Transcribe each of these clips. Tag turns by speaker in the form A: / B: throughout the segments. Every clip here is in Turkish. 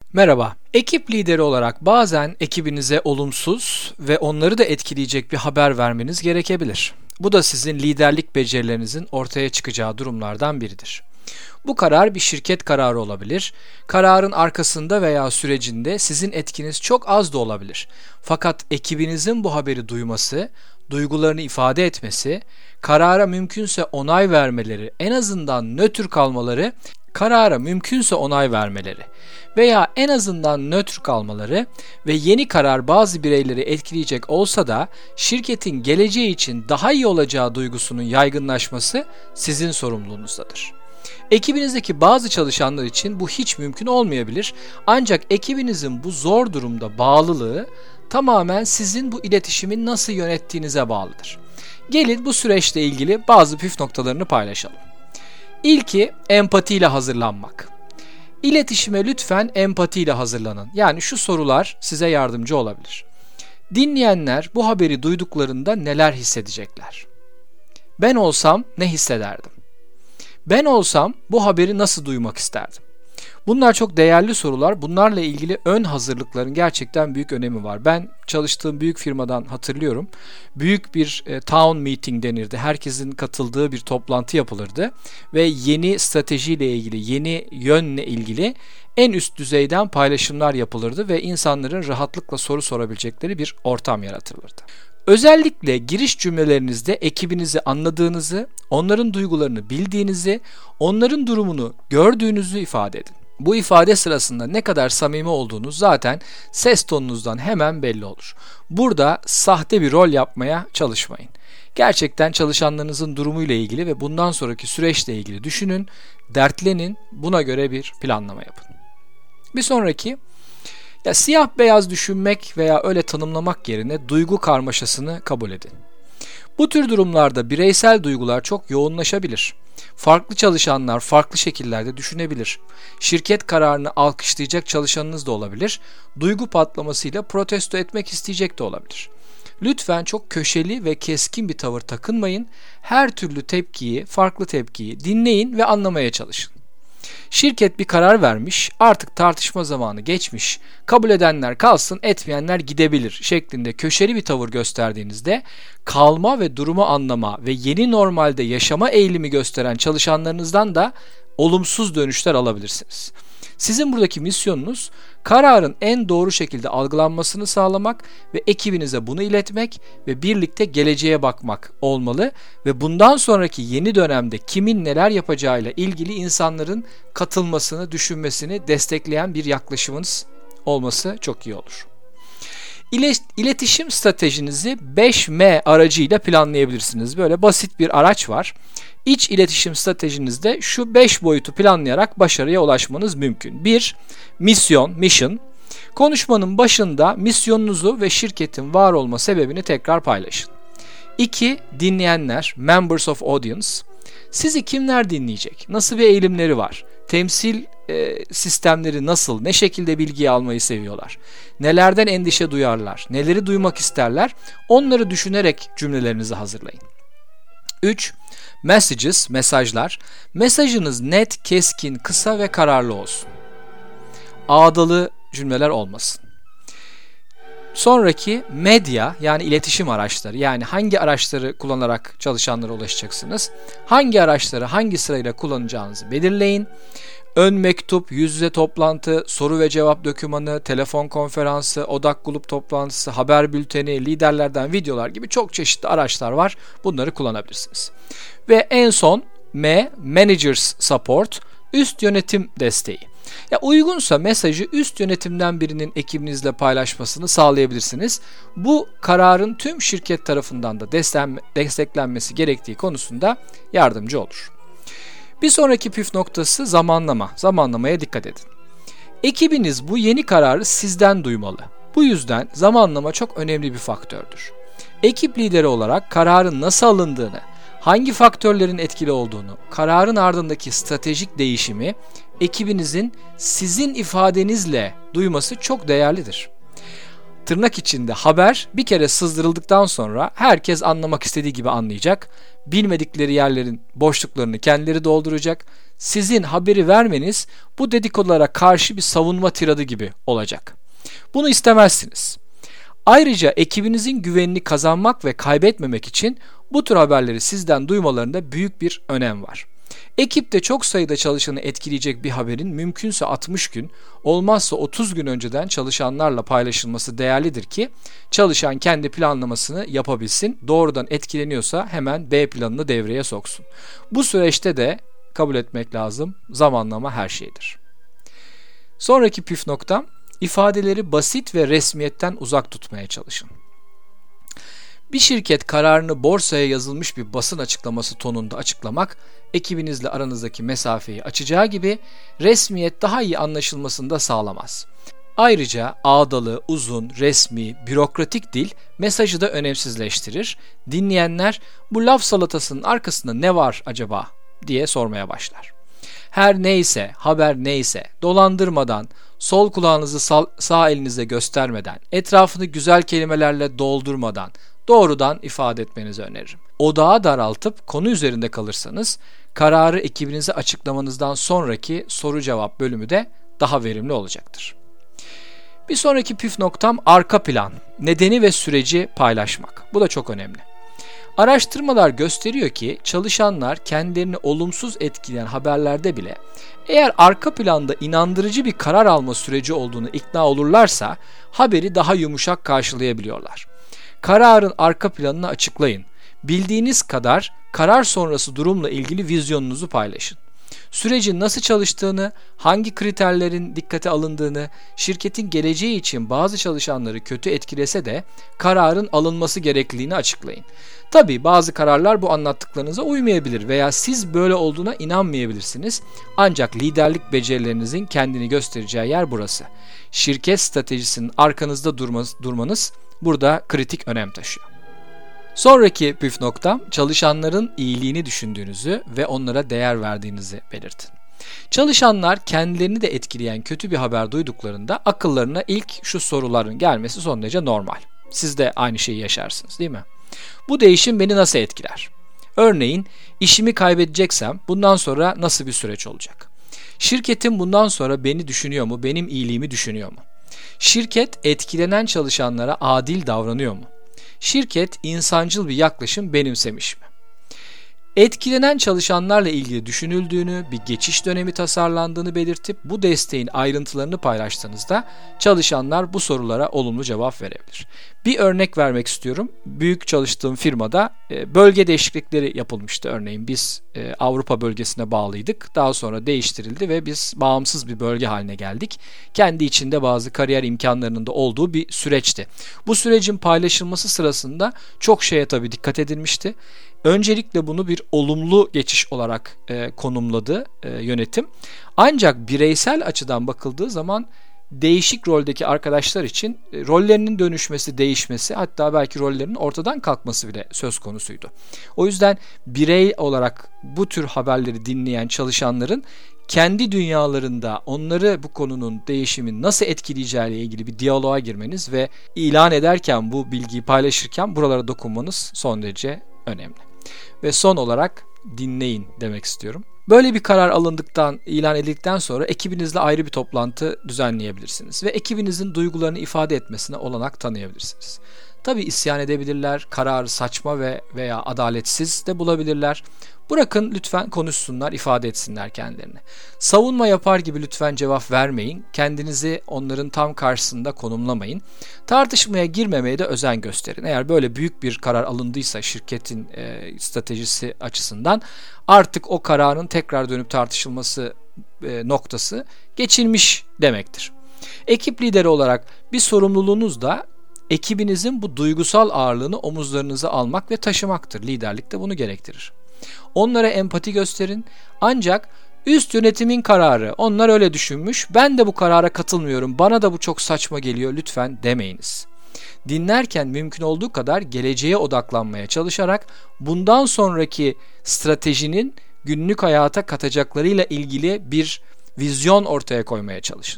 A: Merhaba. Ekip lideri olarak bazen ekibinize olumsuz ve onları da etkileyecek bir haber vermeniz gerekebilir. Bu da sizin liderlik becerilerinizin ortaya çıkacağı durumlardan biridir. Bu karar bir şirket kararı olabilir. Kararın arkasında veya sürecinde sizin etkiniz çok az da olabilir. Fakat ekibinizin bu haberi duyması, duygularını ifade etmesi, karara mümkünse onay vermeleri, en azından nötr kalmaları, veya en azından nötr kalmaları ve yeni karar bazı bireyleri etkileyecek olsa da şirketin geleceği için daha iyi olacağı duygusunun yaygınlaşması sizin sorumluluğunuzdadır. Ekibinizdeki bazı çalışanlar için bu hiç mümkün olmayabilir, ancak ekibinizin bu zor durumda bağlılığı tamamen sizin bu iletişimi nasıl yönettiğinize bağlıdır. Gelin bu süreçle ilgili bazı püf noktalarını paylaşalım. İlki empatiyle hazırlanmak. İletişime lütfen empatiyle hazırlanın. Yani şu sorular size yardımcı olabilir. Dinleyenler bu haberi duyduklarında neler hissedecekler? Ben olsam ne hissederdim? Ben olsam bu haberi nasıl duymak isterdim? Bunlar çok değerli sorular. Bunlarla ilgili ön hazırlıkların gerçekten büyük önemi var. Ben çalıştığım büyük firmadan hatırlıyorum. Büyük bir town meeting denirdi. Herkesin katıldığı bir toplantı yapılırdı ve yeni stratejiyle ilgili, yeni yönle ilgili en üst düzeyden paylaşımlar yapılırdı ve insanların rahatlıkla soru sorabilecekleri bir ortam yaratılırdı. Özellikle giriş cümlelerinizde ekibinizi anladığınızı, onların duygularını bildiğinizi, onların durumunu gördüğünüzü ifade edin. Bu ifade sırasında ne kadar samimi olduğunuz zaten ses tonunuzdan hemen belli olur. Burada sahte bir rol yapmaya çalışmayın. Gerçekten çalışanlarınızın durumuyla ilgili ve bundan sonraki süreçle ilgili düşünün, dertlenin, buna göre bir planlama yapın. Bir sonraki, siyah beyaz düşünmek veya öyle tanımlamak yerine duygu karmaşasını kabul edin. Bu tür durumlarda bireysel duygular çok yoğunlaşabilir. Farklı çalışanlar farklı şekillerde düşünebilir. Şirket kararını alkışlayacak çalışanınız da olabilir. Duygu patlamasıyla protesto etmek isteyecek de olabilir. Lütfen çok köşeli ve keskin bir tavır takınmayın. Her türlü farklı tepkiyi dinleyin ve anlamaya çalışın. Şirket bir karar vermiş, artık tartışma zamanı geçmiş, kabul edenler kalsın, etmeyenler gidebilir şeklinde köşeli bir tavır gösterdiğinizde kalma ve durumu anlama ve yeni normalde yaşama eğilimi gösteren çalışanlarınızdan da olumsuz dönüşler alabilirsiniz. Sizin buradaki misyonunuz kararın en doğru şekilde algılanmasını sağlamak ve ekibinize bunu iletmek ve birlikte geleceğe bakmak olmalı ve bundan sonraki yeni dönemde kimin neler yapacağıyla ilgili insanların katılmasını, düşünmesini destekleyen bir yaklaşımınız olması çok iyi olur. İletişim stratejinizi 5M aracıyla planlayabilirsiniz. Böyle basit bir araç var. İç iletişim stratejinizde şu 5 boyutu planlayarak başarıya ulaşmanız mümkün. 1. Mission. Konuşmanın başında misyonunuzu ve şirketin var olma sebebini tekrar paylaşın. 2. Dinleyenler, members of audience. Sizi kimler dinleyecek? Nasıl bir eğilimleri var? Temsil sistemleri nasıl? Ne şekilde bilgiyi almayı seviyorlar? Nelerden endişe duyarlar? Neleri duymak isterler? Onları düşünerek cümlelerinizi hazırlayın. 3. Mesajlar. Mesajınız net, keskin, kısa ve kararlı olsun. Ağdalı cümleler olmasın. Sonraki medya, yani iletişim araçları, yani hangi araçları kullanarak çalışanlara ulaşacaksınız? Hangi araçları hangi sırayla kullanacağınızı belirleyin. Ön mektup, yüz yüze toplantı, soru ve cevap dokümanı, telefon konferansı, odak grup toplantısı, haber bülteni, liderlerden videolar gibi çok çeşitli araçlar var. Bunları kullanabilirsiniz. Ve en son Managers Support, üst yönetim desteği. Uygunsa mesajı üst yönetimden birinin ekibinizle paylaşmasını sağlayabilirsiniz. Bu kararın tüm şirket tarafından da desteklenmesi gerektiği konusunda yardımcı olur. Bir sonraki püf noktası zamanlama. Zamanlamaya dikkat edin. Ekibiniz bu yeni kararı sizden duymalı. Bu yüzden zamanlama çok önemli bir faktördür. Ekip lideri olarak kararın nasıl alındığını, hangi faktörlerin etkili olduğunu, kararın ardındaki stratejik değişimi ekibinizin sizin ifadenizle duyması çok değerlidir. Tırnak içinde haber bir kere sızdırıldıktan sonra herkes anlamak istediği gibi anlayacak. Bilmedikleri yerlerin boşluklarını kendileri dolduracak. sizin haberi vermeniz bu dedikodulara karşı bir savunma tiradı gibi olacak. Bunu istemezsiniz. Ayrıca ekibinizin güvenini kazanmak ve kaybetmemek için bu tür haberleri sizden duymalarında büyük bir önem var. Ekipte çok sayıda çalışanı etkileyecek bir haberin mümkünse 60 gün, olmazsa 30 gün önceden çalışanlarla paylaşılması değerlidir ki çalışan kendi planlamasını yapabilsin, doğrudan etkileniyorsa hemen B planını devreye soksun. Bu süreçte de kabul etmek lazım, zamanlama her şeydir. Sonraki püf noktam, ifadeleri basit ve resmiyetten uzak tutmaya çalışın. Bir şirket kararını borsaya yazılmış bir basın açıklaması tonunda açıklamak, ekibinizle aranızdaki mesafeyi açacağı gibi resmiyet daha iyi anlaşılmasını da sağlamaz. Ayrıca ağdalı, uzun, resmi, bürokratik dil mesajı da önemsizleştirir. Dinleyenler bu laf salatasının arkasında ne var acaba diye sormaya başlar. Her neyse, haber neyse, dolandırmadan, sol kulağınızı sağ elinize göstermeden, etrafını güzel kelimelerle doldurmadan doğrudan ifade etmenizi öneririm. Odağı daraltıp konu üzerinde kalırsanız, kararı ekibinize açıklamanızdan sonraki soru cevap bölümü de daha verimli olacaktır. Bir sonraki püf noktam arka plan, nedeni ve süreci paylaşmak. Bu da çok önemli. Araştırmalar gösteriyor ki çalışanlar kendilerini olumsuz etkileyen haberlerde bile eğer arka planda inandırıcı bir karar alma süreci olduğunu ikna olurlarsa haberi daha yumuşak karşılayabiliyorlar. Kararın arka planını açıklayın. Bildiğiniz kadar karar sonrası durumla ilgili vizyonunuzu paylaşın. Sürecin nasıl çalıştığını, hangi kriterlerin dikkate alındığını, şirketin geleceği için bazı çalışanları kötü etkilese de kararın alınması gerekliliğini açıklayın. Tabii bazı kararlar bu anlattıklarınıza uymayabilir veya siz böyle olduğuna inanmayabilirsiniz. Ancak liderlik becerilerinizin kendini göstereceği yer burası. Şirket stratejisinin arkanızda durmanız burada kritik önem taşıyor. Sonraki püf noktam, çalışanların iyiliğini düşündüğünüzü ve onlara değer verdiğinizi belirtin. Çalışanlar kendilerini de etkileyen kötü bir haber duyduklarında akıllarına ilk şu soruların gelmesi son derece normal. Siz de aynı şeyi yaşarsınız, değil mi? Bu değişim beni nasıl etkiler? Örneğin işimi kaybedeceksem bundan sonra nasıl bir süreç olacak? Şirketim bundan sonra beni düşünüyor mu, benim iyiliğimi düşünüyor mu? Şirket etkilenen çalışanlara adil davranıyor mu? Şirket insancıl bir yaklaşım benimsemiş mi? Etkilenen çalışanlarla ilgili düşünüldüğünü, bir geçiş dönemi tasarlandığını belirtip bu desteğin ayrıntılarını paylaştığınızda çalışanlar bu sorulara olumlu cevap verebilir. Bir örnek vermek istiyorum. Büyük çalıştığım firmada bölge değişiklikleri yapılmıştı. Örneğin biz Avrupa bölgesine bağlıydık. Daha sonra değiştirildi ve biz bağımsız bir bölge haline geldik. Kendi içinde bazı kariyer imkanlarının da olduğu bir süreçti. Bu sürecin paylaşılması sırasında çok şeye tabii dikkat edilmişti. Öncelikle bunu bir olumlu geçiş olarak konumladı yönetim. Ancak bireysel açıdan bakıldığı zaman değişik roldeki arkadaşlar için rollerinin dönüşmesi, değişmesi, hatta belki rollerinin ortadan kalkması bile söz konusuydu. O yüzden birey olarak bu tür haberleri dinleyen çalışanların kendi dünyalarında onları bu konunun, değişimin nasıl etkileyeceğiyle ilgili bir diyaloğa girmeniz ve ilan ederken, bu bilgiyi paylaşırken buralara dokunmanız son derece önemli. Ve son olarak dinleyin demek istiyorum. Böyle bir karar ilan edildikten sonra ekibinizle ayrı bir toplantı düzenleyebilirsiniz ve ekibinizin duygularını ifade etmesine olanak tanıyabilirsiniz. Tabii isyan edebilirler, kararı saçma veya adaletsiz de bulabilirler. Bırakın lütfen konuşsunlar, ifade etsinler kendilerini. Savunma yapar gibi lütfen cevap vermeyin. Kendinizi onların tam karşısında konumlamayın. Tartışmaya girmemeye de özen gösterin. Eğer böyle büyük bir karar alındıysa şirketin stratejisi açısından artık o kararın tekrar dönüp tartışılması noktası geçilmiş demektir. Ekip lideri olarak bir sorumluluğunuz da ekibinizin bu duygusal ağırlığını omuzlarınıza almak ve taşımaktır. Liderlik de bunu gerektirir. Onlara empati gösterin, ancak üst yönetimin kararı, onlar öyle düşünmüş, ben de bu karara katılmıyorum, bana da bu çok saçma geliyor lütfen demeyiniz. Dinlerken mümkün olduğu kadar geleceğe odaklanmaya çalışarak bundan sonraki stratejinin günlük hayata katacaklarıyla ilgili bir vizyon ortaya koymaya çalışın.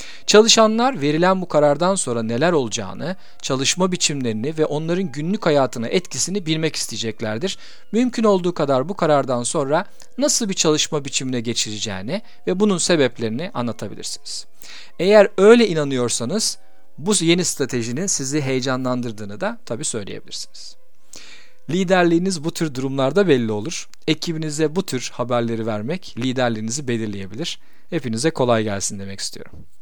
A: Çalışanlar verilen bu karardan sonra neler olacağını, çalışma biçimlerini ve onların günlük hayatına etkisini bilmek isteyeceklerdir. Mümkün olduğu kadar bu karardan sonra nasıl bir çalışma biçimine geçireceğini ve bunun sebeplerini anlatabilirsiniz. Eğer öyle inanıyorsanız bu yeni stratejinin sizi heyecanlandırdığını da tabii söyleyebilirsiniz. Liderliğiniz bu tür durumlarda belli olur. Ekibinize bu tür haberleri vermek liderliğinizi belirleyebilir. Hepinize kolay gelsin demek istiyorum.